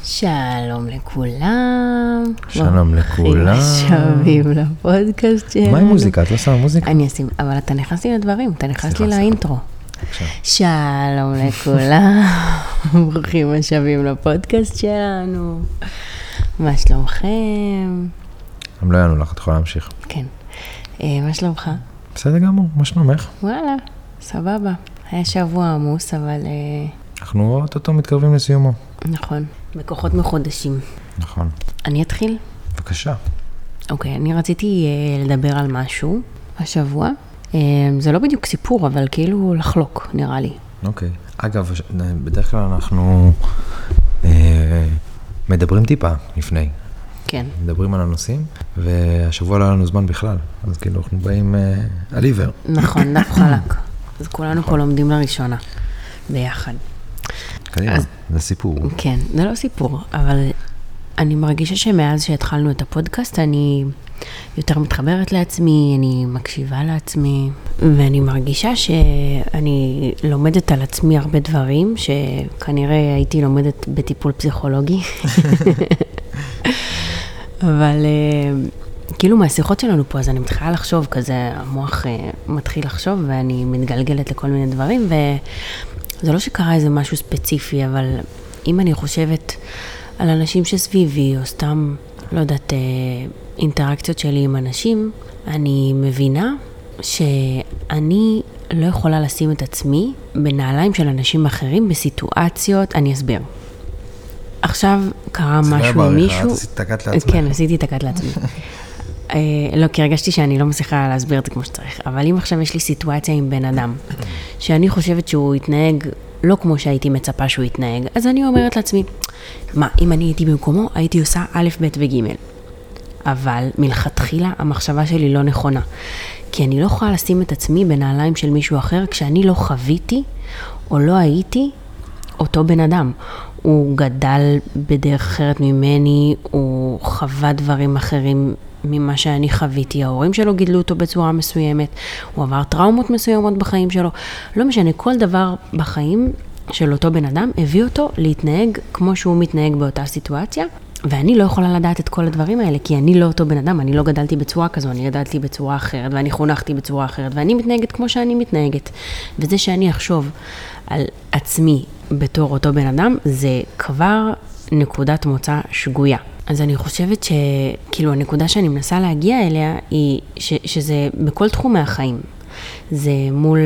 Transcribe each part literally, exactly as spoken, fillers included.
שלום לכולם. שלום לכולם. שבים לפודקאסט שלנו. מה עם מוזיקה? את לא שמה מוזיקה? אני אשים, אבל אתה נכנס לי לדברים, אתה נכנס לי לאינטרו. עכשיו. שלום לכולם. ברוכים השבים לפודקאסט שלנו. מה שלומכם? הם לא יענו לך, את יכולה להמשיך. כן. מה שלומך? בסדר גמור, מה שלומך? וואלה, סבבה. היה שבוע עמוס, אבל... אנחנו אוטוטו מתקרבים לסיומו. נכון, בכוחות מחודשים. נכון. אני אתחיל? בבקשה. אוקיי, אני רציתי uh, לדבר על משהו השבוע. Uh, זה לא בדיוק סיפור, אבל כאילו לחלוק, נראה לי. אוקיי. אגב, בדרך כלל אנחנו uh, מדברים טיפה לפני. כן. מדברים על הנושאים, והשבוע לא היה לנו זמן בכלל. אז כאילו אנחנו באים uh, על עיוור. נכון, דף חלק. אז כולנו פה לומדים לראשונה, ביחד. קדימה, זה סיפור. כן, זה לא סיפור, אבל אני מרגישה שמאז שהתחלנו את הפודקאסט, אני יותר מתחברת לעצמי, אני מקשיבה לעצמי, ואני מרגישה שאני לומדת על עצמי הרבה דברים, שכנראה הייתי לומדת בטיפול פסיכולוגי. אבל כאילו מהשיחות שלנו פה, אז אני מתחילה לחשוב כזה, המוח מתחיל לחשוב, ואני מתגלגלת לכל מיני דברים, וזה לא שקרה איזה משהו ספציפי, אבל אם אני חושבת על אנשים שסביבי, או סתם, לא יודעת, אינטראקציות שלי עם אנשים, אני מבינה שאני לא יכולה לשים את עצמי בנעליים של אנשים אחרים בסיטואציות, אני אסביר. עכשיו קרה משהו עם מישהו... את עשית תקת לעצמך. כן, עשיתי תקת לעצמי. לא, כי הרגשתי שאני לא מצליחה להסביר את זה כמו שצריך, אבל אם עכשיו יש לי סיטואציה עם בן אדם, שאני חושבת שהוא יתנהג לא כמו שהייתי מצפה שהוא יתנהג, אז אני אומרת לעצמי, מה, אם אני הייתי במקומו, הייתי עושה א', ב' וג'. אבל מלכתחילה המחשבה שלי לא נכונה, כי אני לא יכולה לשים את עצמי בנעליים של מישהו אחר, כשאני לא חוויתי או לא הייתי אותו בן אדם. הוא גדל בדרך אחרת ממני, הוא חווה דברים אחרים ממה שאני חוויתי, ההורים שלו גידלו אותו בצורה מסוימת, הוא עבר טראומות מסוימות בחיים שלו, לא משנה, כל דבר בחיים של אותו בן אדם הביא אותו להתנהג כמו שהוא מתנהג באותה סיטואציה, ואני לא יכולה לדעת את כל הדברים האלה, כי אני לא אותו בן אדם, אני לא גדלתי בצורה כזו, אני גדלתי בצורה אחרת, ואני חונכתי בצורה אחרת, ואני מתנהגת כמו שאני מתנהגת, וזה שאני אחשוב על עצמי בתור אותו בן אדם, זה כבר נקודת מוצא שגויה. אז אני חושבת שכאילו הנקודה שאני מנסה להגיע אליה היא ש, שזה בכל תחום מהחיים. זה מול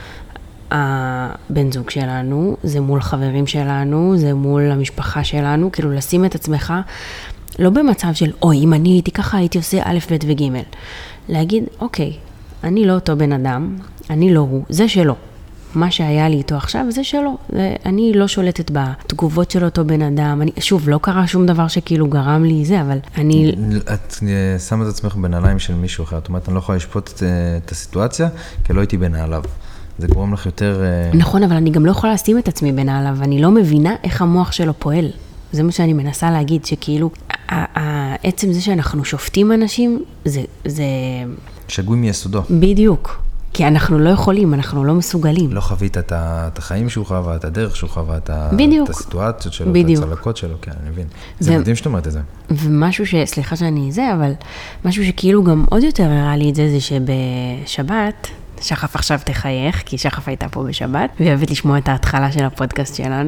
הבן זוג שלנו, זה מול חברים שלנו, זה מול המשפחה שלנו, כאילו לשים את עצמך לא במצב של, אוי, אם אני הייתי ככה הייתי עושה א', ב' וג'. להגיד, אוקיי, אני לא אותו בן אדם, אני לא הוא, זה שלו. מה שהיה לי איתו עכשיו, זה שלו. אני לא שולטת בתגובות של אותו בן אדם. אני, שוב, לא קרה שום דבר שכאילו גרם לי זה, אבל אני... את שמה את עצמך בנעליים של מישהו אחר. זאת אומרת, אני לא יכולה לשפוט את, את הסיטואציה, כי לא הייתי בנעליו. זה גורם לך יותר... נכון, אבל אני גם לא יכולה לשים את עצמי בנעליו. אני לא מבינה איך המוח שלו פועל. זה מה שאני מנסה להגיד, שכאילו, העצם זה שאנחנו שופטים אנשים, זה... זה... שגוי מיסודו. בדיוק. כי אנחנו לא יכולים, אנחנו לא מסוגלים. לא חווית את החיים שהוא חווה, את הדרך שהוא חווה, את הסיטואציות שלו, את הצלקות שלו, כן, אני מבין. זה מדהים שאתה אומרת את זה. ומשהו ש... סליחה שאני זה, אבל משהו שכאילו גם עוד יותר הראה לי את זה, זה שבשבת, שחף עכשיו תחייך, כי שחף הייתה פה בשבת, והיא אוהבת לשמוע את ההתחלה של הפודקאסט שלנו.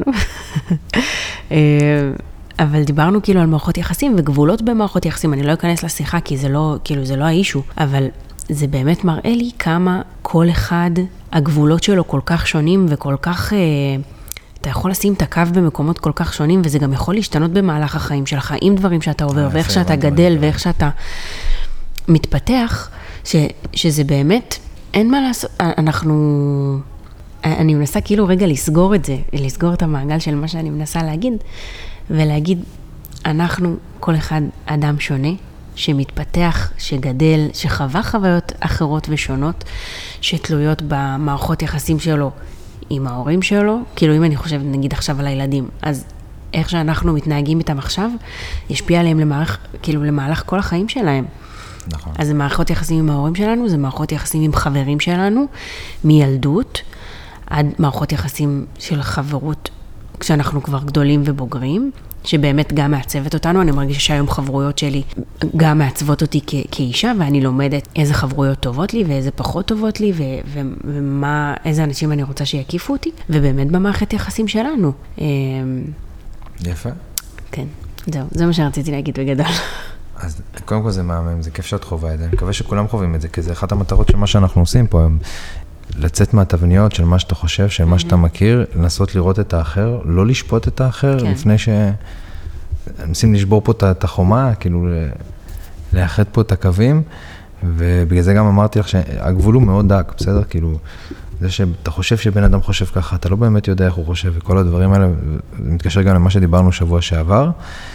אבל דיברנו כאילו על מערכות יחסים וגבולות במערכות יחסים. אני לא אכנס לשיחה, כי זה לא, כאילו, זה לא האישו, אבל זה באמת מראה לי כמה כל אחד, הגבולות שלו כל כך שונים וכל כך, אה, אתה יכול לשים את הקו במקומות כל כך שונים, וזה גם יכול להשתנות במהלך החיים שלך, עם דברים שאתה עובר, ואיך שאתה גדל, ואיך שאתה מתפתח, ש, שזה באמת, אין מה לעשות, אנחנו, אני מנסה כאילו רגע לסגור את זה, לסגור את המעגל של מה שאני מנסה להגיד, ולהגיד, אנחנו, כל אחד אדם שונה, שמתפתח, שגדל, שחווה חוויות אחרות ושונות, שתלויות במערכות יחסים שלו עם ההורים שלו. כאילו אם אני חושבת נגיד עכשיו על הילדים, אז איך שאנחנו מתנהגים איתם עכשיו, ישפיע עליהם למערך, כאילו למהלך כל החיים שלהם. נכון. אז זה מערכות יחסים עם ההורים שלנו, זה מערכות יחסים עם חברים שלנו, מילדות, עד מערכות יחסים של חברות כשאנחנו כבר גדולים ובוגרים, שבאמת גם מעצבת אותנו, אני מרגישה שהיום חברויות שלי גם מעצבות אותי כ- כאישה, ואני לומדת איזה חברויות טובות לי, ואיזה פחות טובות לי, ו- ו- ומה, איזה אנשים אני רוצה שיקיפו אותי, ובאמת במערכת יחסים שלנו. יפה. כן, זהו, זה מה שרציתי להגיד בגדול. אז קודם כל זה מהמם, זה כיף שאת חווה את זה, אני מקווה שכולם חווים את זה, כי זה אחת המטרות של מה שאנחנו עושים פה, לצאת מהתבניות של מה שאתה חושב, של מה שאתה מכיר, לנסות לראות את האחר, לא לשפוט את האחר, לפני ש... נשים לשבור פה את החומה, כאילו לאחד פה את הקווים, ובגלל זה גם אמרתי לך שהגבול הוא מאוד דק, בסדר? כאילו, זה שאתה חושב שבן אדם חושב ככה, אתה לא באמת יודע איך הוא חושב, וכל הדברים האלה, זה מתקשר גם למה שדיברנו שבוע שעבר.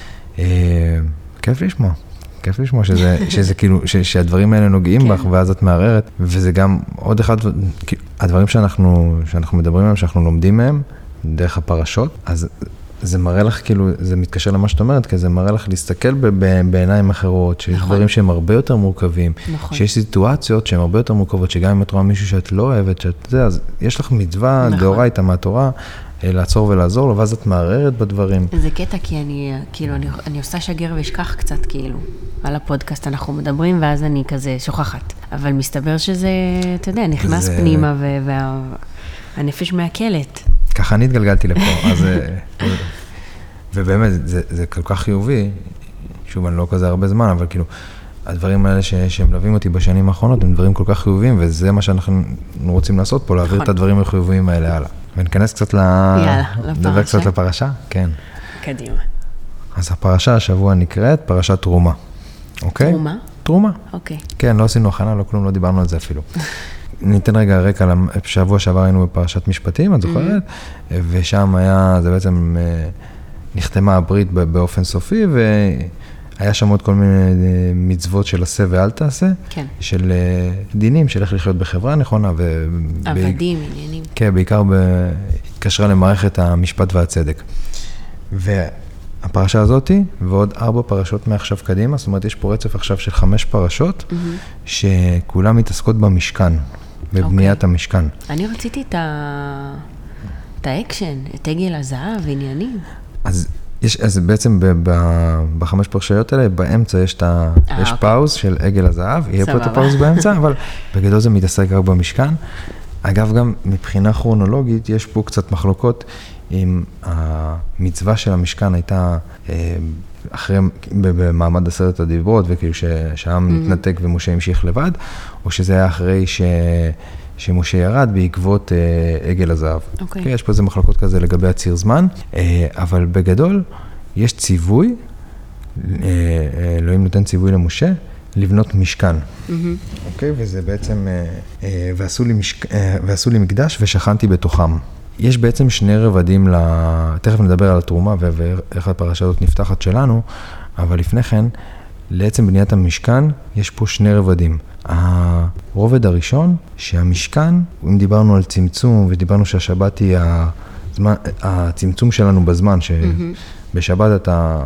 כיף לשמוע. כיף לשמוע שזה, שזה כאילו, ש, שהדברים האלה נוגעים בך, ואז את מערערת, וזה גם עוד אחד, הדברים שאנחנו, שאנחנו מדברים עליהם, שאנחנו לומדים מהם, דרך הפרשות, אז זה מראה לך, כאילו, זה מתקשר למה שאת אומרת, כי זה מראה לך להסתכל בעיניים אחרות, שיש דברים שהם הרבה יותר מורכבים, שיש סיטואציות שהן הרבה יותר מורכבות, שגם אם את רואה מישהו שאת לא אוהבת, שאת זה, אז יש לך מצווה דאורייתא מהתורה, לעצור ולעזור לו, ואז את מערערת בדברים. זה קטע, כי אני, כאילו, אני, אני עושה שגר ושכח קצת, כאילו, על הפודקאסט אנחנו מדברים, ואז אני כזה שוכחת. אבל מסתבר שזה, אתה יודע, נכנס זה... פנימה, והנפש מעכלת. ככה אני התגלגלתי לפה, אז... ובאמת, זה, זה כל כך חיובי, שוב, אני לא כזה הרבה זמן, אבל כאילו, הדברים האלה ש, שמלווים אותי בשנים האחרונות, הם דברים כל כך חיוביים, וזה מה שאנחנו רוצים לעשות פה, להעביר את הדברים החיוביים האלה הלאה. ונכנס קצת ל... יאללה, לפרשה. נדבר קצת לפרשה? כן. קדימה. אז הפרשה השבוע נקראת פרשת תרומה. אוקיי? תרומה? תרומה. אוקיי. כן, לא עשינו הכנה, לא כלום, לא דיברנו על זה אפילו. ניתן רגע רקע, שבוע שעבר היינו בפרשת משפטים, את זוכרת? ושם היה, זה בעצם נחתמה הברית באופן סופי, והיה שם עוד כל מיני מצוות של עשה ואל תעשה, כן. של דינים, של איך לחיות בחברה נכונה. ו... עבדים, עניינים. כן, בעיקר התקשרה למערכת המשפט והצדק. והפרשה הזאת, ועוד ארבע פרשות מעכשיו קדימה, זאת אומרת, יש פה רצף עכשיו של חמש פרשות, mm-hmm. שכולם מתעסקות במשכן, בבניית okay. המשכן. אני רציתי את, ה... את האקשן, את עגל הזהב, עניינים. אז, יש, אז בעצם ב, ב, בחמש פרשיות האלה, באמצע יש, את ה... 아, יש okay. פאוז של עגל הזהב, יהיה פה את הפאוז באמצע, אבל בגדול זה מתעסק רק במשכן. אגב, גם מבחינה כרונולוגית, יש פה קצת מחלוקות, אם המצווה של המשכן הייתה אחרי, במעמד עשרת הדיברות, וכאילו שהעם נתנתק ומשה המשיך לבד, או שזה היה אחרי ש, שמשה ירד בעקבות עגל הזהב. אוקיי. יש פה איזה מחלוקות כזה לגבי הציר זמן, אבל בגדול יש ציווי, אלוהים נותן ציווי למשה, לבנות משכן. אוקיי? וזה בעצם, ועשו לי משכ... ועשו לי מקדש ושכנתי בתוכם. יש בעצם שני רבדים, תכף נדבר על התרומה ואיך הפרשה הזאת נפתחת שלנו, אבל לפני כן, לעצם בניית המשכן, יש פה שני רבדים. הרובד הראשון, שהמשכן, אם דיברנו על צמצום, ודיברנו שהשבת היא הזמן, הצמצום שלנו בזמן, שבשבת אתה,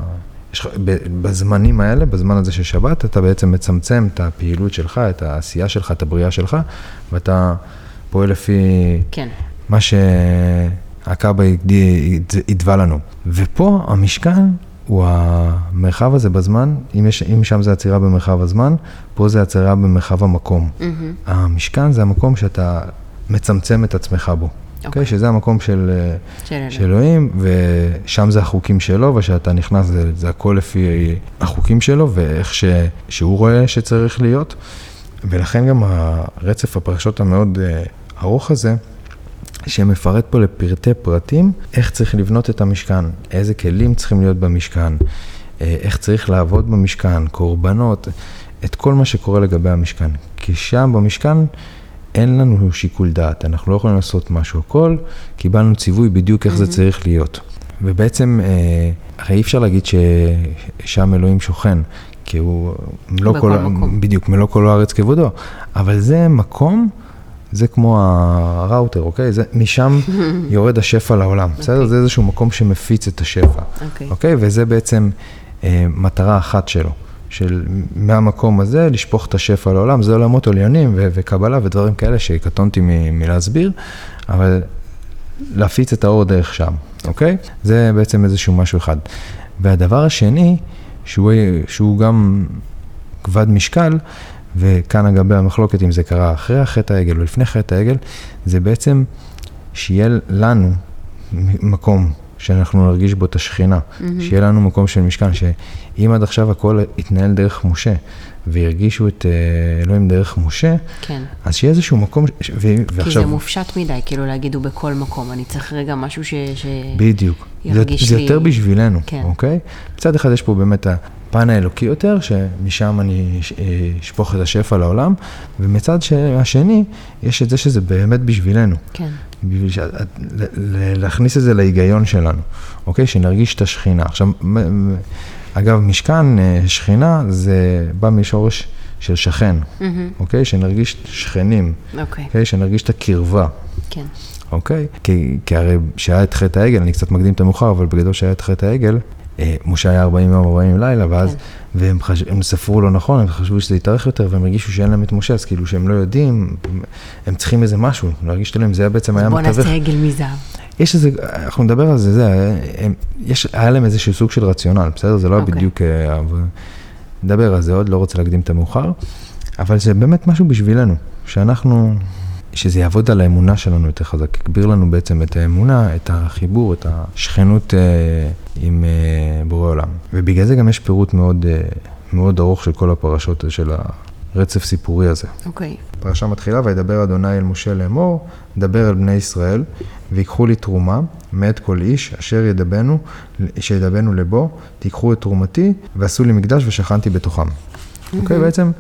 בזמנים האלה, בזמן הזה של שבת, אתה בעצם מצמצם את הפעילות שלך, את העשייה שלך, את הבריאה שלך, ואתה פועל לפי... כן. מה שהקאבה ידווה לנו. ופה המשכן הוא המרחב הזה בזמן, אם, יש, אם שם זה הצירה במרחב הזמן, פה זה הצירה במרחב המקום. Mm-hmm. המשכן זה המקום שאתה מצמצם את עצמך בו. Okay. Okay, שזה המקום של, של אלוהים, ושם זה החוקים שלו, ושאתה נכנס, זה, זה הכל לפי החוקים שלו, ואיך ש, שהוא רואה שצריך להיות. ולכן גם הרצף הפרשות המאוד ארוך הזה, שמפרט פה לפרטי פרטים, איך צריך לבנות את המשכן, איזה כלים צריכים להיות במשכן, איך צריך לעבוד במשכן, קורבנות, את כל מה שקורה לגבי המשכן. כי שם במשכן אין לנו שיקול דעת, אנחנו לא יכולים לעשות משהו, הכל, קיבלנו ציווי בדיוק איך זה צריך להיות. ובעצם, הרי אי אפשר להגיד ששם אלוהים שוכן, כי הוא מלוא כל, בדיוק, מלוא כל הארץ כבודו, אבל זה מקום, זה כמו הראוטר, אוקיי? זה, משם יורד השפע לעולם, okay. בסדר? זה איזשהו מקום שמפיץ את השפע, אוקיי? Okay. אוקיי? וזה בעצם אה, מטרה אחת שלו, של מהמקום הזה לשפוך את השפע לעולם, זה עולמות עליונים ו- וקבלה ודברים כאלה שקטונתי מ- מלהסביר, אבל להפיץ את האור דרך שם, אוקיי? זה בעצם איזשהו משהו אחד. והדבר השני, שהוא, שהוא גם כבד משקל, וכאן אגבי המחלוקת, אם זה קרה אחרי חטא העגל או לפני חטא העגל, זה בעצם שיהיה לנו מקום שאנחנו נרגיש בו את השכינה, mm-hmm. שיהיה לנו מקום של משכן, שאם עד עכשיו הכל יתנהל דרך משה, וירגישו את אלוהים דרך משה, כן. אז שיהיה איזשהו מקום, ו- כי ועכשיו... זה מופשט מדי, כאילו להגיד הוא בכל מקום, אני צריך רגע משהו ש... ש... בדיוק. זה, זה לי... יותר בשבילנו, כן. אוקיי? מצד אחד יש פה באמת הפן האלוקי יותר, שמשם אני אשפוך את השפע לעולם, ומצד השני, יש את זה שזה באמת בשבילנו. כן. בשביל ש... להכניס את זה להיגיון שלנו, אוקיי? שנרגיש את השכינה. עכשיו, אגב, משכן, שכינה, זה בא משורש של שכן, mm-hmm. אוקיי? שנרגיש שכנים, אוקיי. אוקיי? שנרגיש את הקרבה. כן. אוקיי? כי, כי הרי שהיה את חטא העגל, אני קצת מקדים את המאוחר, אבל בגדול שהיה את חטא העגל, אה, משה היה ארבעים יום, ארבעים לילה, ואז, כן. והם חש... הם ספרו לא נכון, הם חשבו שזה יתארך יותר, והם הרגישו שאין להם את משה, אז כאילו שהם לא יודעים, הם, הם צריכים איזה משהו, להרגיש שלהם, זה בעצם היה מתווך. בוא נעשה עגל מזהב. יש איזה, אנחנו נדבר על זה, זה, הם, יש, היה להם איזשהו סוג של רציונל, בסדר? זה לא okay. בדיוק, נדבר על זה עוד, לא רוצה להקדים את המאוחר, אבל זה באמת משהו בשבילנו, שאנחנו, שזה יעבוד על האמונה שלנו יותר חזק, יקביר לנו בעצם את האמונה, את החיבור, את השכנות עם בורא עולם. ובגלל זה גם יש פירוט מאוד, מאוד ארוך של כל הפרשות של הרצף סיפורי הזה. אוקיי. Okay. פרשה מתחילה, וידבר אדוני אל משה לאמור, דבר אל בני ישראל, ויקחו לי תרומה, מאת כל איש, אשר ידבנו, שידבנו לבו, תיקחו את תרומתי, ועשו לי מקדש ושכנתי בתוכם. אוקיי, mm-hmm. okay, בעצם,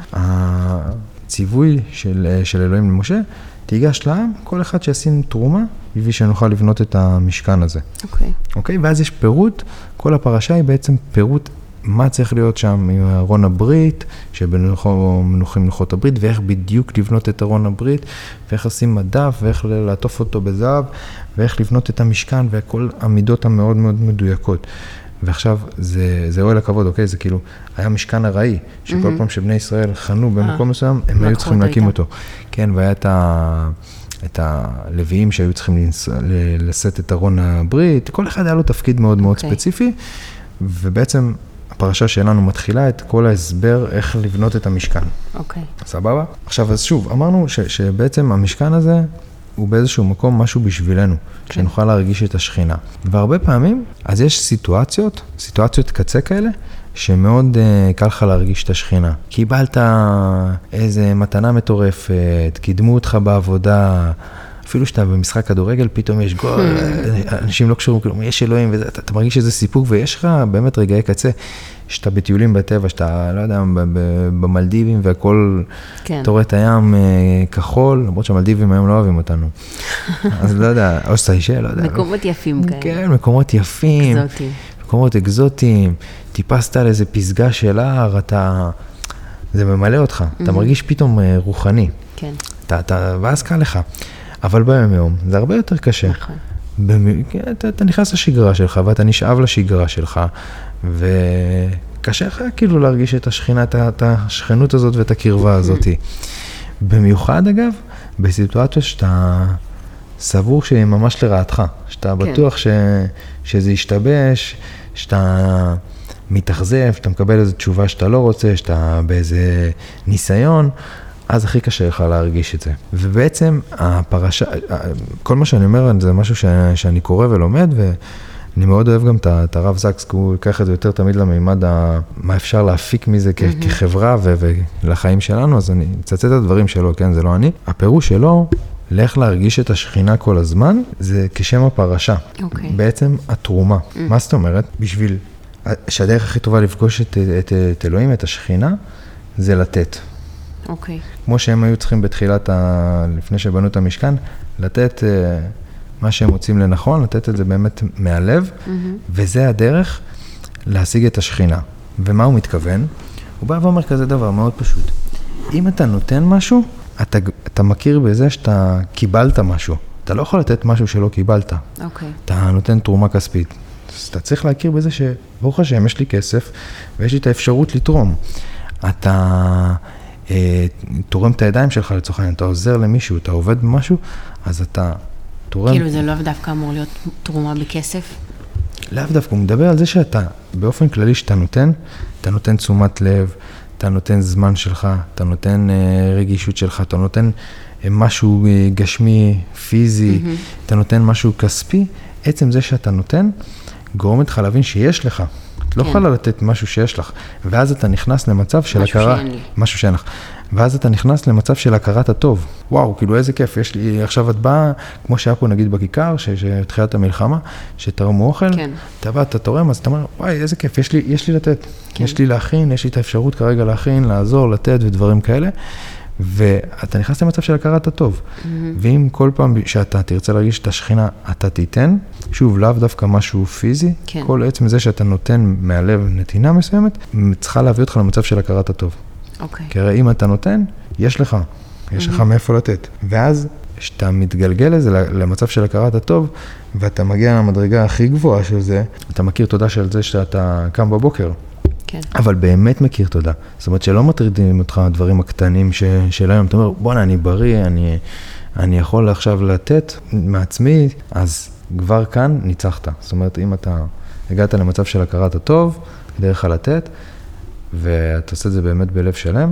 הציווי של, של אלוהים למשה, תיגש לעם, כל אחד שישים תרומה, בשביל שנוכל לבנות את המשכן הזה. אוקיי. Okay. אוקיי, okay, ואז יש פירוט, כל הפרשה היא בעצם פירוט, מה צריך להיות שם עם ארון הברית, שבמנוחים לוחות הברית, ואיך בדיוק לבנות את ארון הברית, ואיך לשים מדף, ואיך לעטוף אותו בזהב, ואיך לבנות את המשכן, וכל המידות המאוד מאוד מדויקות. ועכשיו, זה, זה אוהל הכבוד, אוקיי? זה כאילו, היה משכן הראי, שכל mm-hmm. פעם שבני ישראל חנו במקום מסוים, הם היו צריכים להקים אותו. כן, והיה את ה... את הלוויים שהיו צריכים לשאת את ארון הברית, כל אחד היה לו תפקיד מאוד מאוד okay. ספציפי, ובעצם הפרשה שלנו מתחילה את כל ההסבר איך לבנות את המשכן. אוקיי. Okay. סבבה? עכשיו, אז שוב, אמרנו ש, שבעצם המשכן הזה הוא באיזשהו מקום משהו בשבילנו, okay. שנוכל להרגיש את השכינה. והרבה פעמים, אז יש סיטואציות, סיטואציות קצה כאלה, שמאוד uh, קל לך להרגיש את השכינה. קיבלת איזה מתנה מטורפת, קידמו אותך בעבודה, אפילו שאתה במשחק כדורגל, פתאום יש גול, אנשים לא קשורים, כאילו, יש אלוהים, וזה, אתה, אתה מרגיש איזה סיפוק, ויש לך באמת רגעי קצה, שאתה בטיולים בטבע, שאתה, לא יודע, במלדיבים, והכל, כן. אתה רואה את הים כחול, למרות שהמלדיבים היום לא אוהבים אותנו. אז לא יודע, או סיישל, לא יודע. מקומות יפים כאלה. כן, מקומות יפים. אקזוטיים. מקומות אקזוטיים. טיפסת על איזה פסגה של הר, אתה, זה ממלא אותך, אתה מרגיש פתאום רוחני. כן. אתה, אתה, ואז קל לך. אבל ביום יום, זה הרבה יותר קשה. נכון. במ... אתה, אתה נכנס לשגרה שלך, ואתה נשאב לשגרה שלך, וקשה לך כאילו להרגיש את השכינה, את השכנות הזאת ואת הקרבה הזאת. במיוחד אגב, בסיטואציות שאתה סבור שהיא ממש לרעתך, שאתה בטוח ש... שזה ישתבש, שאתה מתאכזב, שאתה מקבל איזו תשובה שאתה לא רוצה, שאתה באיזה ניסיון, אז הכי קשה לך להרגיש את זה. ובעצם הפרשה, כל מה שאני אומר זה משהו ש, שאני קורא ולומד, ואני מאוד אוהב גם את הרב זקס, כי הוא ייקח את זה יותר תמיד למימד, ה, מה אפשר להפיק מזה כ, mm-hmm. כחברה ו, ולחיים שלנו, אז אני מצטט את הדברים שלו, כן, זה לא אני. הפירוש שלו, לך להרגיש את השכינה כל הזמן, זה כשם הפרשה. Okay. בעצם התרומה. Mm-hmm. מה זאת אומרת? בשביל שהדרך הכי טובה לפגוש את, את, את אלוהים, את השכינה, זה לתת. אוקיי. כמו שהם היו צריכים בתחילת, ה... לפני שבנו את המשכן, לתת uh, מה שהם מוצאים לנכון, לתת את זה באמת מהלב, mm-hmm. וזה הדרך להשיג את השכינה. ומה הוא מתכוון? הוא בא ואומר כזה דבר מאוד פשוט. אם אתה נותן משהו, אתה, אתה מכיר בזה שאתה קיבלת משהו. אתה לא יכול לתת משהו שלא קיבלת. אוקיי. אתה נותן תרומה כספית. אז אתה צריך להכיר בזה שברוך השם, יש לי כסף, ויש לי את האפשרות לתרום. אתה... תורם את הידיים שלך לצורך העניין, אתה עוזר למישהו, אתה עובד במשהו, אז אתה תורם... כאילו זה לא דווקא אמור להיות תרומה בכסף? לאו דווקא, הוא מדבר על זה שאתה, באופן כללי שאתה נותן, אתה נותן תשומת לב, אתה נותן זמן שלך, אתה נותן אה, רגישות שלך, אתה נותן אה, משהו אה, גשמי, פיזי, mm-hmm. אתה נותן משהו כספי, עצם זה שאתה נותן, גורמת לך להבין שיש לך. את לא כן. יכולה לתת משהו שיש לך, ואז אתה נכנס למצב של משהו הכרה, שאין לי. משהו שאין לך, ואז אתה נכנס למצב של הכרת הטוב. וואו, כאילו איזה כיף, יש לי, עכשיו את באה, כמו שהיה פה נגיד בכיכר, שהתחילת המלחמה, שתרמו אוכל, כן. אתה בא, אתה תורם, אז אתה אומר, וואי, איזה כיף, יש לי, יש לי לתת, כן. יש לי להכין, יש לי את האפשרות כרגע להכין, לעזור, לתת ודברים כאלה, ואתה נכנס למצב של הכרת הטוב. Mm-hmm. ואם כל פעם שאתה תרצה להרגיש את השכינה, אתה תיתן, שוב, לאו דווקא משהו פיזי, כן. כל עצם זה שאתה נותן מהלב נתינה מסוימת, צריכה להביא אותך למצב של הכרת הטוב. אוקיי. כי הרי אם אתה נותן, יש לך, יש mm-hmm. לך מאיפה לתת. ואז, כשאתה מתגלגל לזה, למצב של הכרת הטוב, ואתה מגיע למדרגה הכי גבוהה של זה, אתה מכיר תודה של זה שאתה קם בבוקר. כן. אבל באמת מכיר תודה. זאת אומרת שלא מטרידים אותך הדברים הקטנים ש, של היום. אתה אומר, בוא'נה, אני בריא, אני, אני יכול עכשיו לתת מעצמי, אז כבר כאן ניצחת. זאת אומרת, אם אתה הגעת למצב של הכרת הטוב, דרך לתת, ואתה עושה את זה באמת בלב שלם,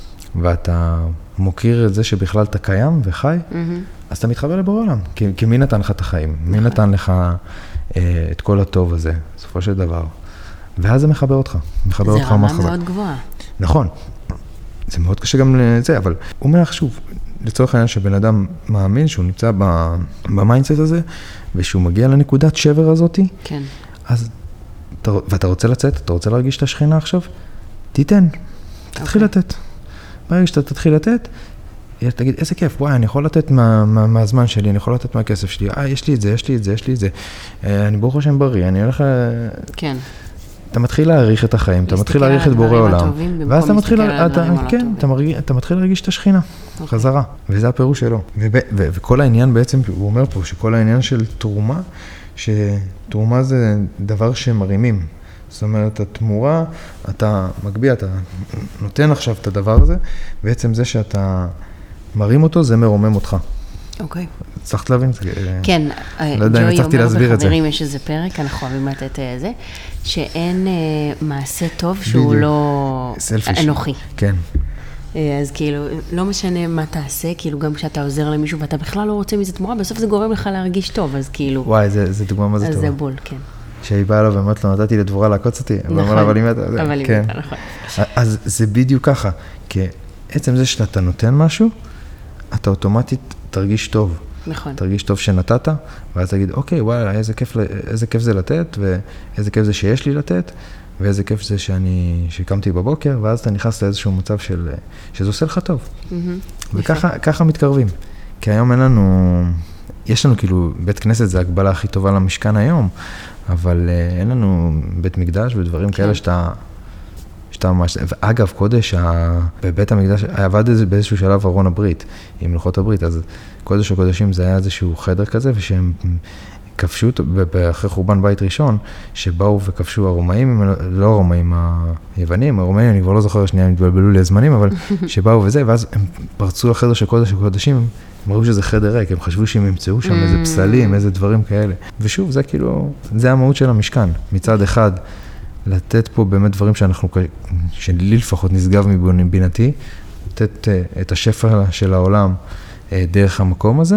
ואתה מוקיר את זה שבכלל אתה קיים וחי, mm-hmm. אז אתה מתחבר לבורא עולם. כי, כי מי נתן לך את החיים? מי נתן לך אה, את כל הטוב הזה, בסופו של דבר? ואז זה מחבר אותך, מחבר אותך מאוד חזק. זה רמה מאוד גבוהה. נכון, זה מאוד קשה גם לזה, אבל הוא אומר לך שוב, לצורך העניין שבן אדם מאמין שהוא נמצא במיינדסט הזה, ושהוא מגיע לנקודת שבר הזאת, כן. אז, ואתה רוצה לצאת, אתה רוצה להרגיש את השכינה עכשיו, תיתן, תתחיל לתת. ברגע שאתה תתחיל לתת, תגיד, איזה כיף, וואי, אני יכול לתת מה, מה, מהזמן שלי, אני יכול לתת מהכסף שלי, אה, יש לי את זה, יש לי את זה, יש לי את זה, אני ברוך השם בריא, אני הולך... כן. אתה מתחיל להעריך את החיים, אתה מתחיל להעריך את בורא עולם, ואז אתה מתחיל, כן, אתה מתחיל להרגיש את השכינה, חזרה, וזה הפירוש שלו. וכל העניין בעצם, הוא אומר פה, שכל העניין של תרומה, שתרומה זה דבר שמרימים. זאת אומרת, התמורה, אתה מגביע, אתה נותן עכשיו את הדבר הזה, בעצם זה שאתה מרים אותו, זה מרומם אותך. אוקיי. צריכת להבין? כן, לא יודע אם הצלחתי להסביר את זה. בחברים יש איזה פרק, אנחנו אוהבים לתת זה, שאין מעשה טוב שהוא לא אנוכי. כן. אז כאילו, לא משנה מה תעשה, כאילו גם כשאתה עוזר למישהו ואתה בכלל לא רוצה מזה תמורה, בסוף זה גורם לך להרגיש טוב, אז כאילו... וואי, זה דוגמה מה זה טובה. אז זה בול, כן. שהיא באה לו ואומרת לו, נתתי לדבורה לעקוץ אותי. נכון, אבל אם אתה... אבל אם אתה, נכון. אז זה בדיוק ככה, כי עצם זה שאתה נותן משהו, אתה אוטומטית תרגיש טוב. נכון. תרגיש טוב שנתת, ואז תגיד, אוקיי, וואלה, איזה כיף, איזה כיף זה לתת, ואיזה כיף זה שיש לי לתת, ואיזה כיף זה שאני, שקמתי בבוקר, ואז אתה נכנס לאיזשהו מצב של, שזה עושה לך טוב. וככה, ככה מתקרבים. כי היום אין לנו, יש לנו כאילו, בית כנסת זה הגבלה הכי טובה למשכן היום, אבל אין לנו בית מקדש ודברים כאלה שאתה, שאתה ממש, ואגב, קודש, בבית המקדש, עבד את זה באיזשהו שלב ארון הברית, עם לוחות הברית, אז קודש הקודשים זה היה איזשהו חדר כזה, ושהם כבשו, אחרי חורבן בית ראשון, שבאו וכבשו הרומאים, לא הרומאים היוונים, הרומאים, אני כבר לא זוכר, שנייה, הם התבלבלו לי הזמנים, אבל שבאו וזה, ואז הם פרצו לחדר של קודש הקודשים, הם ראו שזה חדר ריק, הם חשבו שהם ימצאו שם איזה פסלים, איזה דברים כאלה. ושוב, זה כאילו, זה המהות של המשכן. מצד אחד, לתת פה באמת דברים שאנחנו, שלי לפחות נשגב מבינתי, לתת את השפע של העולם דרך המקום הזה,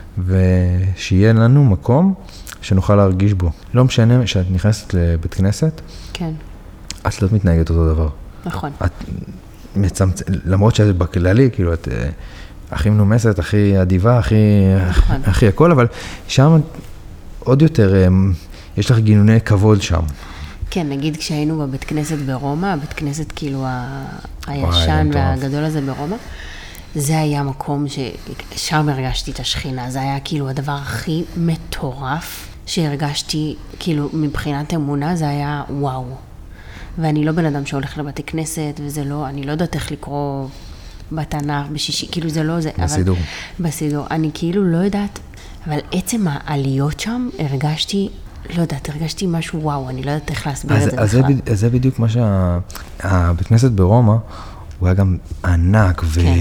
ושיהיה לנו מקום שנוכל להרגיש בו. לא משנה שאת נכנסת לבית כנסת, כן. את לא מתנהגת אותו דבר. נכון. את מצמצ... למרות שזה בכללי, כאילו את הכי מנומסת, הכי אדיבה, הכי, נכון. הכי הכל, אבל שם עוד יותר, יש לך גינוני כבוד שם. כן, נגיד כשהיינו בבית כנסת ברומא, הבית כנסת כאילו הישן והגדול הזה ברומא, זה היה מקום ששם הרגשתי את השכינה, זה היה כאילו הדבר הכי מטורף שהרגשתי, כאילו מבחינת אמונה זה היה וואו. ואני לא בן אדם שהולך לבתי כנסת, וזה לא, אני לא יודעת איך לקרוא בתנ"ך, בשישי, כאילו זה לא זה. בסידור. אבל, בסידור. אני כאילו לא יודעת, אבל עצם העליות שם הרגשתי, לא יודעת, הרגשתי משהו וואו, אני לא יודעת איך להסביר אז, את זה אז בכלל. זה, אז זה בדיוק מה שהבית כנסת ברומא, הוא היה גם ענק, כן.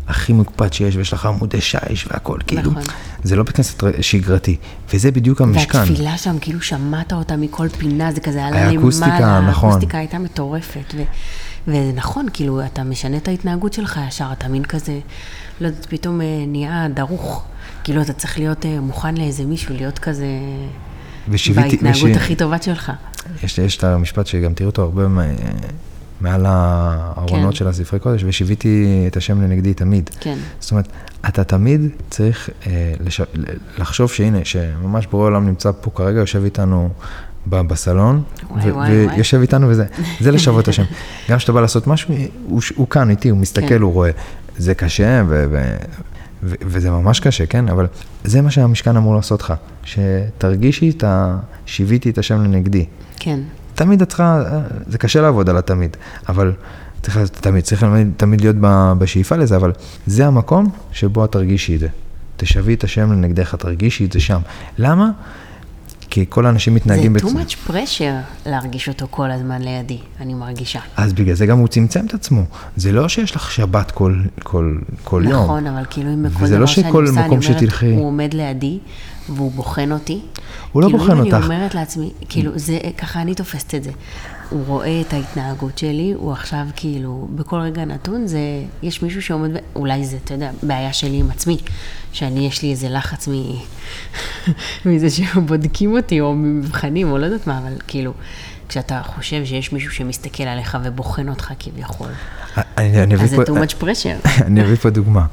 הכי מוקפד שיש, ויש לך עמודי שיש והכל, כאילו, נכון. זה לא בית כנסת שגרתי, וזה בדיוק המשכן. והתפילה שם, כאילו שמעת אותה מכל פינה, זה כזה עלה היה אקוסטיקה, למעלה, נכון. האקוסטיקה הייתה מטורפת, ו... וזה נכון, כאילו, אתה משנה את ההתנהגות שלך ישר, אתה מין כזה, לא יודעת, פתאום נהיה דרוך, כאילו, אתה צריך להיות מוכן לאיזה מישהו, להיות כזה, ושיוויתי, בהתנהגות וש... הכי טובה שלך. יש, יש את המשפט שגם תראו אותו הרבה מעל הארונות כן. של הספרי קודש, ושיוויתי את השם לנגדי תמיד. כן. זאת אומרת, אתה תמיד צריך אה, לש... לחשוב שהנה, שממש בורא עולם נמצא פה כרגע, יושב איתנו בסלון, וואי, ו- וואי, ויושב וואי. איתנו וזה, זה לשוות השם. גם כשאתה בא לעשות משהו, הוא, הוא כאן איתי, הוא מסתכל, כן. הוא רואה, זה קשה, ו- ו- ו- וזה ממש קשה, כן? אבל זה מה שהמשכן אמור לעשות לך, שתרגישי את ה... שיוויתי את השם לנגדי. כן. תמיד את צריכה, זה קשה לעבוד על התמיד, אבל צריך, תמיד, צריך תמיד להיות בשאיפה לזה, אבל זה המקום שבו את תרגישי את זה. תשבי את השם לנגדך, תרגישי את זה שם. למה? כי כל האנשים מתנהגים... זה too much pressure להרגיש אותו כל הזמן לידי, אני מרגישה. אז בגלל זה גם הוא צמצם את עצמו. זה לא שיש לך שבת כל, כל, כל יום. נכון, אבל כאילו אם בכל וזה דבר לא שאני שכל עושה, אני מקום אומרת, שתלכי... הוא עומד לידי, והוא בוחן אותי. הוא לא בוחן כאילו אם אותך. אני אומרת לעצמי, כאילו זה, ככה אני תופסת את זה. הוא רואה את ההתנהגות שלי, הוא עכשיו כאילו, בכל רגע נתון, זה, יש מישהו שעומד, אולי זה, אתה יודע, בעיה שלי עם עצמי, שאני, יש לי איזה לחץ מ... מזה שבודקים אותי, או ממבחנים, או לא יודעת מה, אבל כאילו, כשאתה חושב שיש מישהו שמסתכל עליך ובוחן אותך כביכול, אני, אני אז זה פה, too much pressure. אני אביא פה דוגמה.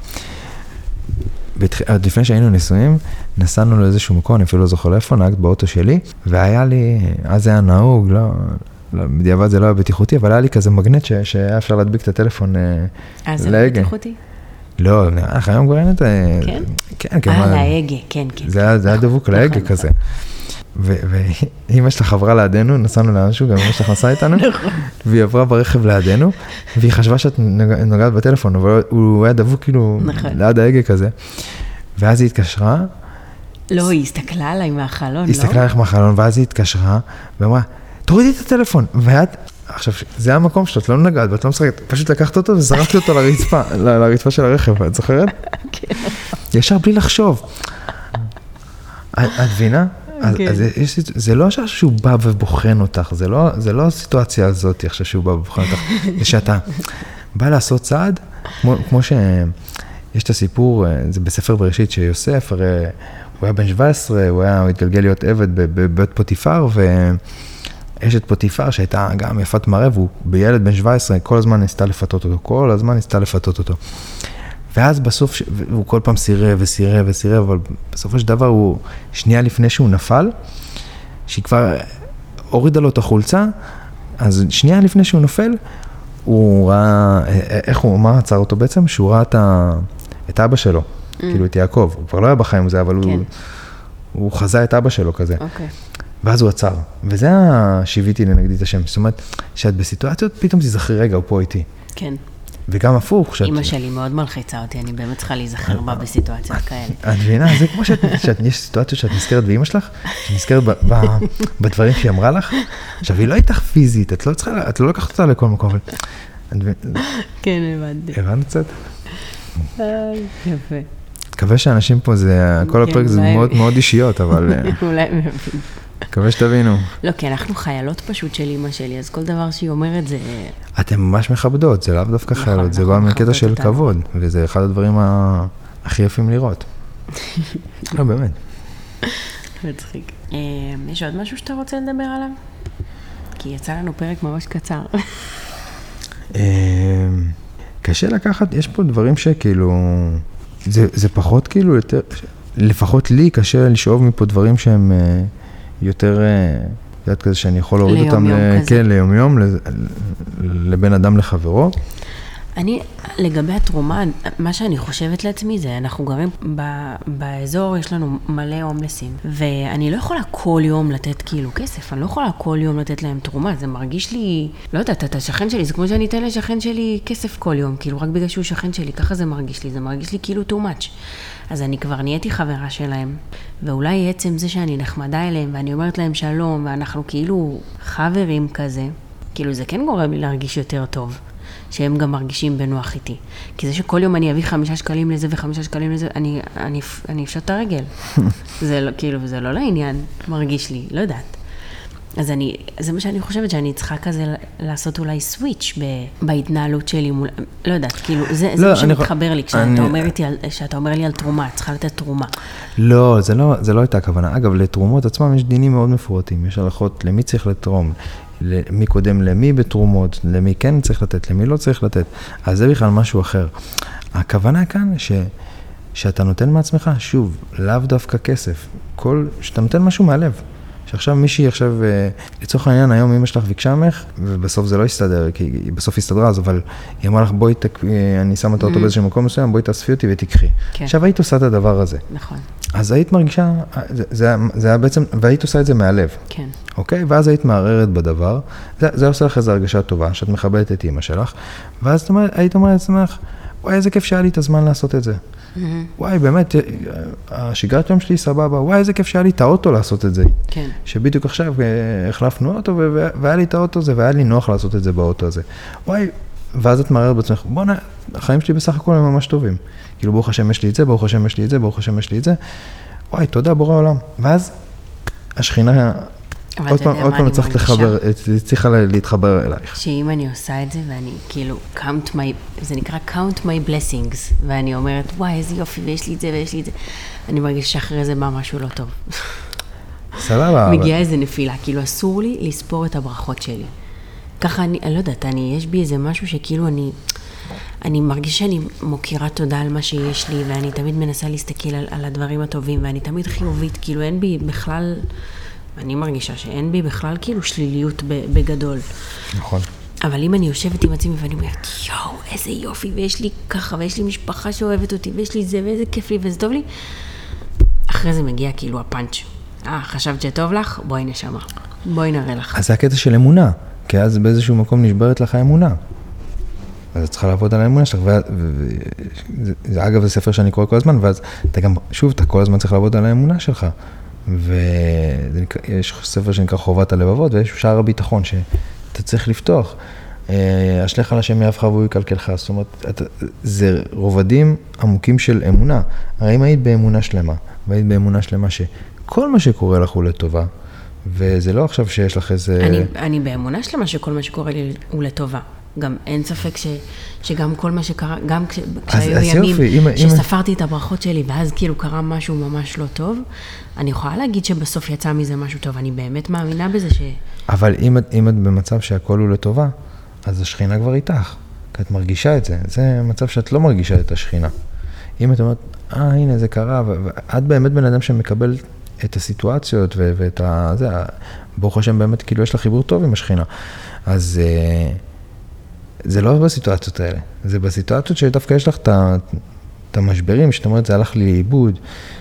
עוד לפני שהיינו נשואים, נסענו לאיזשהו מקום, אני אפילו לא זוכר איפה, נהגת באוטו שלי, והיה לי, אז זה היה נהוג, לא, לא, בדיעבד זה לא היה בטיחותי, אבל היה לי כזה מגנט ש, שהיה אפשר להדביק את הטלפון להגה. אה, זה לא בטיחותי? לא, נראה לך היום כבר אין את... כן? כן, כן. אה, להגה, כן, כן. זה היה, זה היה דבוק להגה כזה. ואמא שלך חברה לידינו, נסענו לאנשהו, גם אמא שלך נסעה איתנו, והיא עברה ברכב לידינו, והיא חשבה שאת נוגעת בטלפון, אבל הוא היה דבוק כאילו ליד ההגה כזה. ואז היא התקשרה. לא, היא הסתכלה עליי מהחלון, לא? היא הסתכלה עליך מהחלון, ואז היא התקשרה, ואמרה, תורידי את הטלפון. ואת, עכשיו, זה המקום שלו, את לא נגעת, ואת לא משחקת, פשוט לקחת אותו וזרקת אותו לרצפה, לרצפה של הרכב, את זוכרת? כן. ישר בלי לחשוב. את מבינה? אז, אז יש, זה לא שהוא בא ובוחן אותך, זה לא, זה לא הסיטואציה הזאת עכשיו שהוא בא ובוחן אותך, זה שאתה בא לעשות צעד, כמו, כמו שיש את הסיפור, זה בספר בראשית שיוסף, הרי הוא היה בן שבע עשרה, הוא היה, הוא התגלגל להיות עבד בבית פוטיפר, ואשת פוטיפר שהייתה גם יפת מראה, והוא בילד בן שבע עשרה, כל הזמן ניסתה לפתות אותו, כל הזמן ניסתה לפתות אותו. ואז בסוף, הוא כל פעם סירב וסירב וסירב, אבל בסופו של דבר הוא, שנייה לפני שהוא נפל, שהיא כבר הורידה לו את החולצה, אז שנייה לפני שהוא נופל, הוא ראה, איך הוא, מה עצר אותו בעצם? שהוא ראה את, ה, את אבא שלו, mm. כאילו את יעקב, הוא כבר לא היה בחיים זה, אבל כן. הוא, הוא חזה את אבא שלו כזה. אוקיי. ואז הוא עצר, וזה השיוויתי לנגדי את השם, זאת אומרת, שאת בסיטואציות פתאום תזכרי רגע, הוא פה איתי. כן. וגם הפוך. שאת... אמא שלי מאוד מלחיצה אותי, אני באמת צריכה להיזכר בה בסיטואציות כאלה. את מבינה, זה כמו שאת, שאת, יש סיטואציות שאת נזכרת באמא שלך, שאת נזכרת ב, ב, בדברים שהיא אמרה לך, עכשיו היא לא איתך פיזית, את לא צריכה, את לא לקחת אותה לכל מקום, אבל... כן, הבנתי. הבנת קצת? יפה. מקווה שאנשים פה, זה, כל הפרק זה מאוד מאוד אישיות, אבל... אולי מבין. מקווה שתבינו. לא, כי אנחנו חיילות פשוט של אמא שלי, אז כל דבר שהיא אומרת זה... אתם ממש מכבדות, זה לאו דווקא חיילות, זה בא מקטע של כבוד, וזה אחד הדברים הכי יפים לראות. לא, באמת. מצחיק. יש עוד משהו שאתה רוצה לדבר עליו? כי יצא לנו פרק ממש קצר. קשה לקחת, יש פה דברים שכאילו, זה פחות כאילו יותר, לפחות לי קשה לשאוב מפה דברים שהם... יותר, יודעת כזה שאני יכול להוריד אותם, כן, ליום יום, לבן אדם לחברו. אני, לגבי התרומה, מה שאני חושבת לעצמי זה, אנחנו גרים באזור, יש לנו מלא הומלסים, ואני לא יכולה כל יום לתת כאילו כסף, אני לא יכולה כל יום לתת להם תרומה, זה מרגיש לי, לא יודעת, אתה שכן שלי, זה כמו שאני אתן לשכן שלי כסף כל יום, כאילו רק בגלל שהוא שכן שלי, ככה זה מרגיש לי, זה מרגיש לי כאילו too much. אז אני כבר נהייתי חברה שלהם, ואולי עצם זה שאני נחמדה אליהם, ואני אומרת להם שלום, ואנחנו כאילו חברים כזה, כאילו זה כן גורם לי להרגיש יותר טוב. שהם גם מרגישים בנוח איתי. כי זה שכל יום אני אביא חמישה שקלים לזה וחמישה שקלים לזה, אני, אני, אני אפשוט את הרגל. זה לא, כאילו, זה לא לעניין, מרגיש לי, לא יודעת. אז אני, זה מה שאני חושבת, שאני צריכה כזה לעשות אולי סוויץ' בהתנהלות שלי מול, לא יודעת, כאילו, זה, זה לא, מה שמתחבר אני, לי, כשאתה אני, אומר איתי, שאתה אומר לי על תרומה, צריכה לתת תרומה. לא, זה לא, זה לא הייתה הכוונה. אגב, לתרומות עצמם יש דינים מאוד מפורטים, יש הלכות למי צריך לתרום, למי קודם למי בתרומות, למי כן צריך לתת, למי לא צריך לתת. אז זה בכלל משהו אחר. הכוונה כאן ש, שאתה נותן מעצמך, שוב, לאו דווקא כסף, כל, שאתה נותן משהו מהלב. שעכשיו מישהי עכשיו, לצורך העניין, היום אמא שלך ביקשה ממך, ובסוף זה לא יסתדר, כי היא בסוף הסתדרה אז, אבל היא אמרה לך, בואי, אני שמה את האוטו באיזשהו מקום מסוים, בואי תאספי אותי ותקחי. עכשיו היית עושה את הדבר הזה. נכון. אז היית מרגישה, זה היה בעצם, והיית עושה את זה מהלב. כן. אוקיי? ואז היית מערערת בדבר, זה עושה לך איזו הרגשה טובה, שאת מכבדת את אמא שלך, ואז היית אומרת לעצמך, וואי, איזה כיף שהיה לי את הזמן לעשות את זה. וואי, באמת, השגרת יום שלי סבבה, וואי, איזה כיף שהיה לי את האוטו לעשות את זה. כן. שבדיוק עכשיו החלפנו אוטו, והיה לי את האוטו הזה, והיה לי נוח לעשות את זה באוטו הזה. וואי, ואז את מערערת בעצמך, בוא נה, החיים שלי בסך הכל הם ממש טובים. כאילו, ברוך השם יש לי את זה, ברוך השם יש לי את זה, ברוך השם יש לי את זה. וואי, תודה, בורא עולם. ואז השכינה, עוד פעם, עוד פעם צריך לחבר, צריכה להתחבר אלייך. שאם אני עושה את זה, ואני כאילו, count my, זה נקרא count my blessings, ואני אומרת, וואי, איזה יופי, ויש לי את זה, ויש לי את זה, אני מרגיש שאחרי זה מה משהו לא טוב. סבבה. מגיעה איזה נפילה, כאילו אסור לי לספור את הברכות שלי. ככה אני, אני לא יודעת, אני, יש בי איזה משהו שכאילו אני, אני מרגיש שאני מוקירה תודה על מה שיש לי, ואני תמיד מנסה להסתכל על, על הדברים הטובים, ואני תמיד חיובית, כאילו אין בי בכלל, אני מרגישה שאין בי בכלל כאילו שליליות בגדול. נכון. אבל אם אני יושבת עם עצמי ואני אומרת, יואו, איזה יופי, ויש לי ככה, ויש לי משפחה שאוהבת אותי, ויש לי זה, ואיזה כיף לי, וזה טוב לי, אחרי זה מגיע כאילו הפאנץ'. אה, חשבת שטוב לך? בואי נשמה. בואי נראה לך. אז זה הקטע של אמונה, כי אז באיזשהו מקום נשברת לך אמונה. אז את צריכה לעבוד על האמונה שלך, ואגב, זה ספר שאני קורא כל הזמן, ואז אתה גם, שוב, אתה כל הזמן צריך לעבוד על האמונה שלך. ויש ספר שנקרא חובת הלבבות, ויש שער הביטחון שאתה צריך לפתוח. אשליך על השם יאהבך והוא יקלקלך. זאת אומרת, זה רובדים עמוקים של אמונה. הרי אם היית באמונה שלמה, והיית באמונה שלמה שכל מה שקורה לך הוא לטובה, וזה לא עכשיו שיש לך איזה... אני, אני באמונה שלמה שכל מה שקורה לי הוא לטובה. גם אין ספק ש, שגם כל מה שקרה, גם כש, כשהיו ימים שספרתי את הברכות שלי, ואז כאילו קרה משהו ממש לא טוב, אני יכולה להגיד שבסוף יצא מזה משהו טוב, אני באמת מאמינה בזה ש... אבל אם, אם את במצב שהכל הוא לטובה, אז השכינה כבר איתך, כי את מרגישה את זה, זה מצב שאת לא מרגישה את השכינה. אם את אומרת, אה, הנה זה קרה, ואת באמת בן אדם שמקבל את הסיטואציות ו- ואת ה... זה, ברוך השם באמת, כאילו יש לה חיבור טוב עם השכינה. אז... זה לא בסיטואציות האלה, זה בסיטואציות שדווקא יש לך את המשברים, שאת אומרת, זה הלך לי לאיבוד,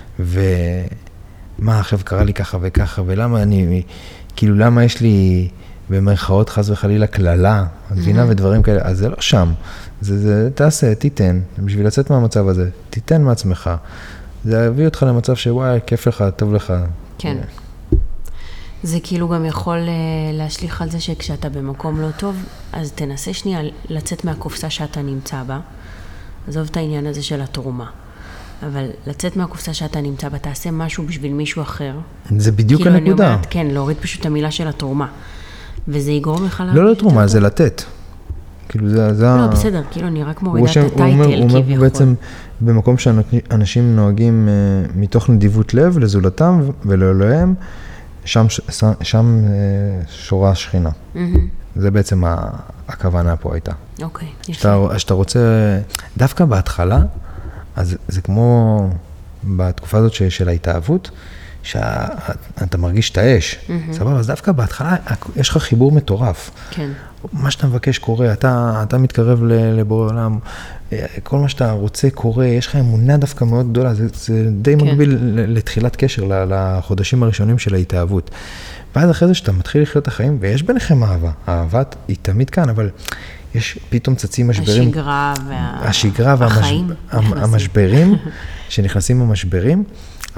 ומה עכשיו קרה לי ככה וככה, ולמה אני, כאילו למה יש לי במרכאות חס וחלילה כללה, מבינה ודברים כאלה, אז זה לא שם, זה, זה תעשה, תיתן, בשביל לצאת מהמצב הזה, תיתן מעצמך, זה יביא אותך למצב שוואי, כיף לך, טוב לך. כן. זה כאילו גם יכול להשליך על זה שכשאתה במקום לא טוב, אז תנסה שנייה לצאת מהקופסה שאתה נמצא בה, עזוב את העניין הזה של התרומה, אבל לצאת מהקופסה שאתה נמצא בה, תעשה משהו בשביל מישהו אחר. זה בדיוק כאילו הנקודה. אני אומרת, כן, להוריד פשוט את המילה של התרומה, וזה יגרום לך... לא לא תרומה, זה לתת. כאילו זה... זה לא, בסדר, כאילו אני רק מורידה את הטייטל כביכול. הוא אומר בעצם, במקום שאנשים נוהגים מתוך נדיבות לב לזולתם ולאלוהיהם, שם, שם שורה השכינה. Mm-hmm. זה בעצם הכוונה פה הייתה. אוקיי. Okay, שאתה, שאתה רוצה, דווקא בהתחלה, אז זה כמו בתקופה הזאת של ההתאהבות, שאתה מרגיש את האש. Mm-hmm. סבבה, אז דווקא בהתחלה יש לך חיבור מטורף. כן. מה שאתה מבקש קורה, אתה, אתה מתקרב לבורא עולם, כל מה שאתה רוצה קורה, יש לך אמונה דווקא מאוד גדולה, זה, זה די כן. מקביל לתחילת קשר, לחודשים הראשונים של ההתאהבות. ואז אחרי זה שאתה מתחיל לחיות את החיים, ויש ביניכם אהבה, האהבה היא תמיד כאן, אבל יש פתאום צצים משברים. השגרה וה... השגרה והמשברים שנכנסים במשברים,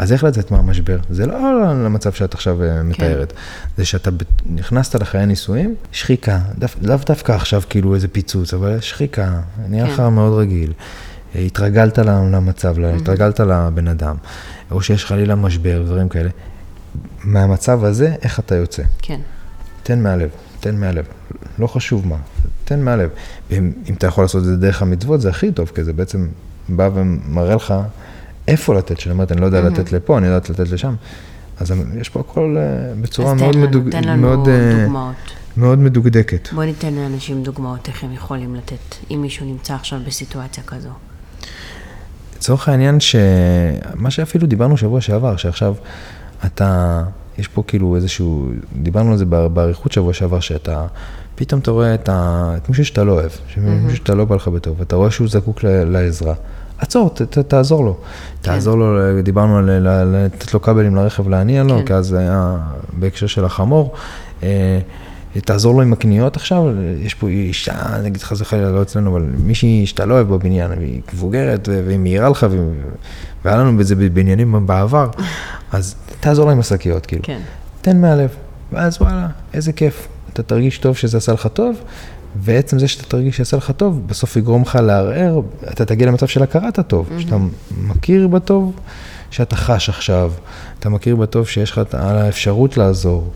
אז איך לצאת מהמשבר? זה לא למצב שאת עכשיו מתארת. זה שאתה נכנסת לחיי נישואים, שחיקה, לאו דווקא עכשיו כאילו איזה פיצוץ, אבל שחיקה, נהיה לך מאוד רגיל. התרגלת למצב, התרגלת לבן אדם, או שיש חלילה משבר, דברים כאלה. מהמצב הזה, איך אתה יוצא? כן. תן מהלב, תן מהלב. לא חשוב מה, תן מהלב. אם אתה יכול לעשות את זה דרך המצוות, זה הכי טוב, כי זה בעצם בא ומראה לך איפה לתת, שאני אומרת, אני לא יודע לתת לפה, אני יודעת לתת לשם. אז יש פה הכל בצורה מאוד מדוג... מאוד, מאוד מדוקדקת. בוא ניתן לאנשים דוגמאות איך הם יכולים לתת, אם מישהו נמצא עכשיו בסיטואציה כזו. לצורך העניין שמה שאפילו דיברנו שבוע שעבר, שעכשיו אתה, יש פה כאילו איזשהו, דיברנו על זה בעריכות שבוע שעבר, שאתה, פתאום אתה רואה את, ה, את מישהו שאתה לא אוהב, מישהו שאתה לא בא לך בטוב, אתה רואה שהוא זקוק לעזרה. עצור, ת, ת, תעזור לו. כן. תעזור לו, דיברנו על לתת לו כבלים לרכב להניע לו, כן. כי אז זה היה בהקשר של החמור. אה, תעזור לו עם הקניות עכשיו, יש פה אישה, נגיד חס וחלילה, לא אצלנו, אבל מישהי שאתה לא אוהב בבניין, והיא מבוגרת, והיא מהירה לך, והיה לנו בזה בעניינים בעבר, אז תעזור לו עם השקיות, כאילו. כן. תן מהלב, ואז וואלה, איזה כיף. אתה תרגיש טוב שזה עשה לך טוב, ועצם זה שאתה תרגיש שעשה לך טוב, בסוף יגרום לך לערער, אתה תגיע למצב של הכרת הטוב, mm-hmm. שאתה מכיר בטוב, שאתה חש עכשיו, אתה מכיר בטוב שיש לך על האפשרות לעזור,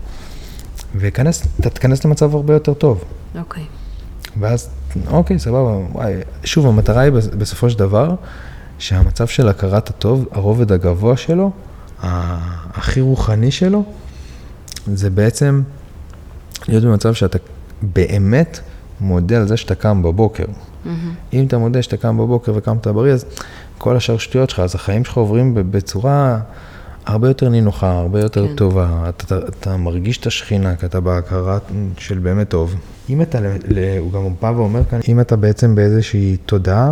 ואתה תכנס למצב הרבה יותר טוב. אוקיי. Okay. ואז, אוקיי, סבבה, וואי, שוב, המטרה היא בסופו של דבר, שהמצב של הכרת הטוב, הרובד הגבוה שלו, הכי רוחני שלו, זה בעצם להיות במצב שאתה באמת מודה על זה שאתה קם בבוקר. Mm-hmm. אם אתה מודה שאתה קם בבוקר וקמת בריא, אז כל השאר שטויות שלך, אז החיים שלך עוברים בצורה הרבה יותר נינוחה, הרבה יותר כן. טובה. אתה, אתה מרגיש את השכינה, כי אתה בהכרה של באמת טוב. אם אתה, הוא גם בא ואומר כאן, אם אתה בעצם באיזושהי תודעה,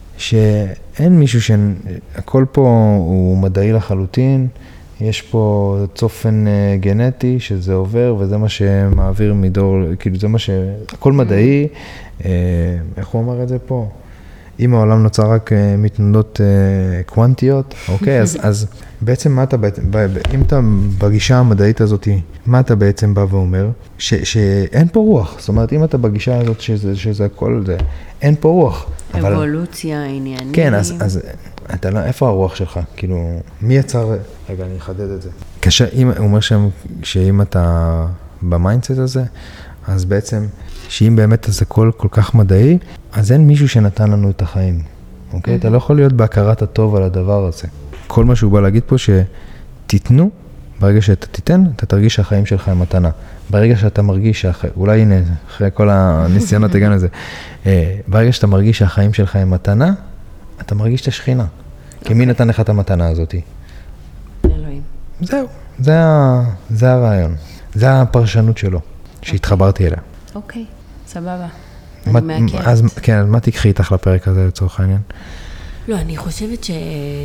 שאין מישהו שהכל פה הוא מדעי לחלוטין, יש פה צופן גנטי שזה עובר, וזה מה שמעביר מדור, כאילו זה מה ש... הכל מדעי, איך הוא אמר את זה פה? אם העולם נוצר רק מתנודות קוונטיות, אוקיי, אז, אז בעצם מה אתה, אם אתה בגישה המדעית הזאת, מה אתה בעצם בא ואומר? ש, שאין פה רוח, זאת אומרת, אם אתה בגישה הזאת שזה, שזה הכל זה, אין פה רוח. אבולוציה, אבל... עניינים. כן, אז, אז אתה לא, איפה הרוח שלך? כאילו, מי יצר... רגע, אני אחדד את זה. קשה, אם, הוא אומר שם, שאם אתה במיינדסט הזה, אז בעצם, שאם באמת זה כל כל כך מדעי, אז אין מישהו שנתן לנו את החיים, אוקיי? Mm-hmm. אתה לא יכול להיות בהכרת הטוב על הדבר הזה. כל מה שהוא בא להגיד פה, שתיתנו, ברגע שאתה תיתן, אתה תרגיש שהחיים שלך הם מתנה. ברגע שאתה מרגיש, שהח... אולי הנה, אחרי כל הניסיונות הגענו לזה, ברגע שאתה מרגיש שהחיים שלך הם מתנה, אתה מרגיש את השכינה. Okay. כי מי נתן לך את המתנה הזאת? אלוהים. זהו, זה, ה... זה הרעיון. זה הפרשנות שלו, שהתחברתי אליה. אוקיי, סבבה. מה, אני מעקרת. אז, כן, אז מה תקחי איתך לפרק הזה לצורך העניין? לא, אני חושבת ש...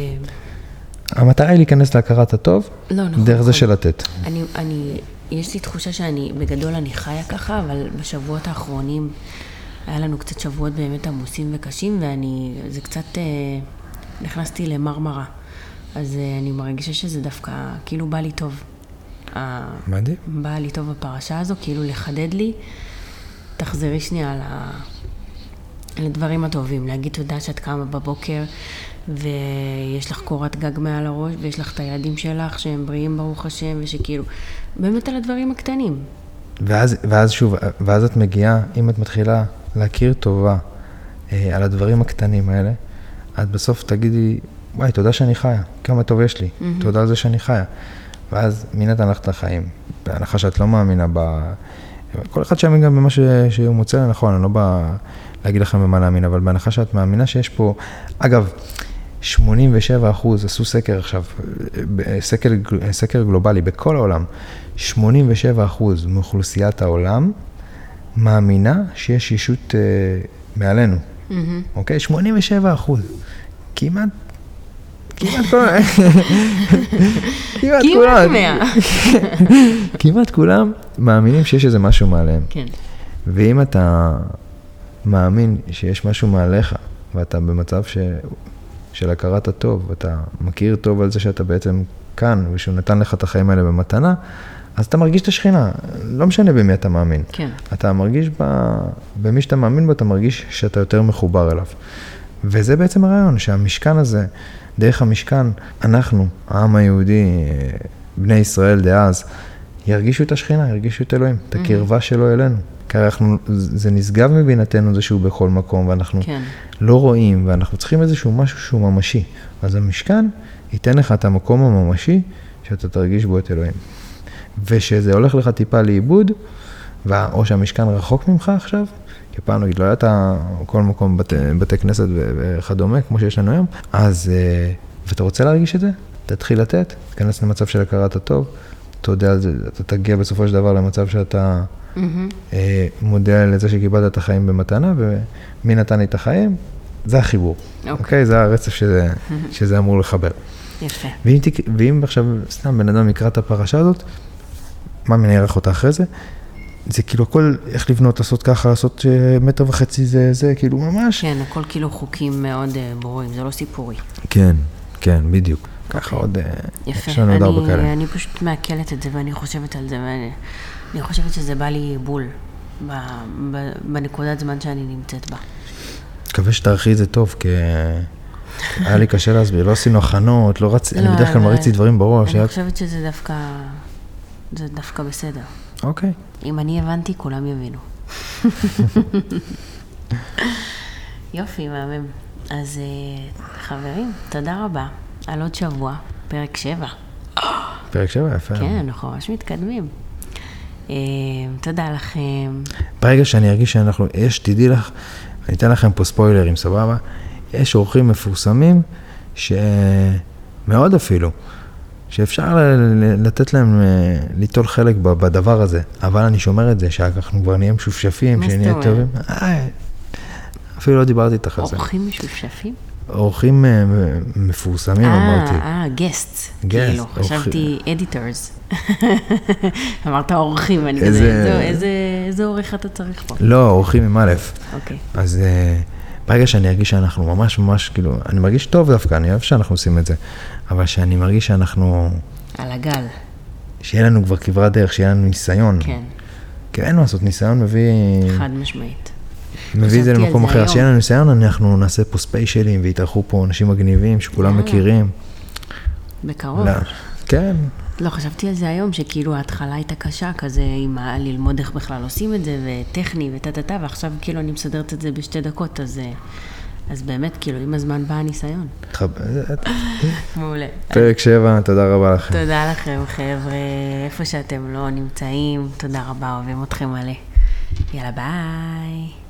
המטרה היא להיכנס להכרת הטוב, לא, נכון, דרך נכון. זה של לתת. אני, אני, יש לי תחושה שאני, בגדול אני חיה ככה, אבל בשבועות האחרונים היה לנו קצת שבועות באמת עמוסים וקשים, ואני, זה קצת, אה, נכנסתי למרמרה. אז אה, אני מרגישה שזה דווקא, כאילו בא לי טוב. מדהים. בא לי טוב בפרשה הזו, כאילו לחדד לי, תחזרי שנייה על, ה... על הדברים הטובים, להגיד תודה שאת קמה בבוקר, ויש לך קורת גג מעל הראש, ויש לך את הילדים שלך שהם בריאים ברוך השם, ושכאילו, באמת על הדברים הקטנים. ואז, ואז שוב, ואז את מגיעה, אם את מתחילה להכיר טובה אה, על הדברים הקטנים האלה, את בסוף תגידי, וואי, תודה שאני חיה, כמה טוב יש לי, mm-hmm. תודה על זה שאני חיה. ואז מי נתן לך את החיים? בהנחה שאת לא מאמינה ב... כל אחד שיאמין גם במה ש... שהוא מוצא לנכון, אני לא בא להגיד לכם במה להאמין, אבל בהנחה שאת מאמינה שיש פה... אגב, שמונים ושבע אחוז, עשו סקר עכשיו, סקר, סקר גלובלי בכל העולם, שמונים ושבע אחוז מאוכלוסיית העולם מאמינה שיש ישות אה, מעלינו. Mm-hmm. אוקיי? שמונים ושבע אחוז. כמעט... כמעט כולם, כמעט כולם, כמעט כולם מאמינים שיש איזה משהו מעליהם. כן. ואם אתה מאמין שיש משהו מעליך, ואתה במצב ש... של הכרת הטוב, אתה מכיר טוב על זה שאתה בעצם כאן, ושהוא נתן לך את החיים האלה במתנה, אז אתה מרגיש את השכינה, לא משנה במי אתה מאמין. כן. אתה מרגיש ב... במי שאתה מאמין בו, אתה מרגיש שאתה יותר מחובר אליו. וזה בעצם הרעיון, שהמשכן הזה, דרך המשכן, אנחנו, העם היהודי, בני ישראל דאז, ירגישו את השכינה, ירגישו את אלוהים, את הקרבה שלו אלינו. כי אנחנו, זה נשגב מבינתנו זה שהוא בכל מקום, ואנחנו כן. לא רואים, ואנחנו צריכים איזשהו משהו שהוא ממשי. אז המשכן ייתן לך את המקום הממשי, שאתה תרגיש בו את אלוהים. ושזה הולך לך טיפה לאיבוד, או שהמשכן רחוק ממך עכשיו, כי פעם נגיד, לא היה את כל מקום בתי, בתי כנסת וכדומה, כמו שיש לנו היום, אז, ואתה רוצה להרגיש את זה? תתחיל לתת, תכנס למצב של הכרת הטוב, אתה יודע על זה, אתה תגיע בסופו של דבר למצב שאתה mm-hmm. אה, מודע לזה שקיבלת את החיים במתנה, ומי נתן לי את החיים? זה החיבור, אוקיי? Okay. Okay? זה הרצף שזה, mm-hmm. שזה אמור לחבר. יפה. ואם, ואם עכשיו סתם בן אדם יקרא את הפרשה הזאת, מה מנערך אותה אחרי זה? זה כאילו הכל, איך לבנות, לעשות ככה, לעשות מטר וחצי זה, זה, כאילו ממש. כן, הכל כאילו חוקים מאוד uh, ברורים, זה לא סיפורי. כן, כן, בדיוק. ככה עוד, יפה. יש לנו עוד ארבע כאלה. אני פשוט מעכלת את זה ואני חושבת על זה, ואני חושבת שזה בא לי בול ב, ב, בנקודת זמן שאני נמצאת בה. מקווה שתערכי את זה טוב, כי היה לי קשה להסביר, לא עשינו הכנות, לא רצ... אני בדרך כלל מריץ לי דברים בראש. אני חושבת שזה דווקא, זה דווקא בסדר. אוקיי. אם אני הבנתי, כולם יבינו. יופי, מהמם. אז חברים, תודה רבה על עוד שבוע, פרק שבע. פרק שבע, יפה. כן, אנחנו ממש מתקדמים. תודה לכם. ברגע שאני ארגיש שאנחנו, יש, תדעי לך, אני אתן לכם פה ספוילרים, סבבה? יש אורחים מפורסמים, שמאוד אפילו, שאפשר לתת להם ליטול חלק בדבר הזה, אבל אני שומר את זה, שאנחנו כבר נהיה משופשפים, שנהיה טובים. אפילו לא דיברתי איתך על זה. אורחים משופשפים? אורחים מפורסמים, אמרתי. אה, גסטס, כאילו, חשבתי אדיטורס. אמרת אורחים, אני כזה, איזה אורך אתה צריך פה? לא, אורחים עם א'. אוקיי. אז ברגע שאני ארגיש שאנחנו ממש ממש, כאילו, אני מרגיש טוב דווקא, אני אוהב שאנחנו עושים את זה, אבל שאני מרגיש שאנחנו... על הגל. שיהיה לנו כבר כברת דרך, שיהיה לנו ניסיון. כן. כי אין מה לעשות, ניסיון מביא... חד משמעית. מביא את זה למקום אחר. שיהיה לנו ניסיון, אנחנו נעשה פה ספיישלים, ויתארחו פה אנשים מגניבים, שכולם מכירים. בקרוב. כן. לא, חשבתי על זה היום, שכאילו ההתחלה הייתה קשה, כזה עם ללמוד איך בכלל עושים את זה, וטכני וטטטה, ועכשיו כאילו אני מסדרת את זה בשתי דקות, אז, אז באמת, כאילו, עם הזמן בא הניסיון. מעולה. פרק שבע, תודה רבה לכם. תודה לכם, חבר'ה, איפה שאתם לא נמצאים, תודה רבה, אוהבים אתכם מלא. יאללה, ביי.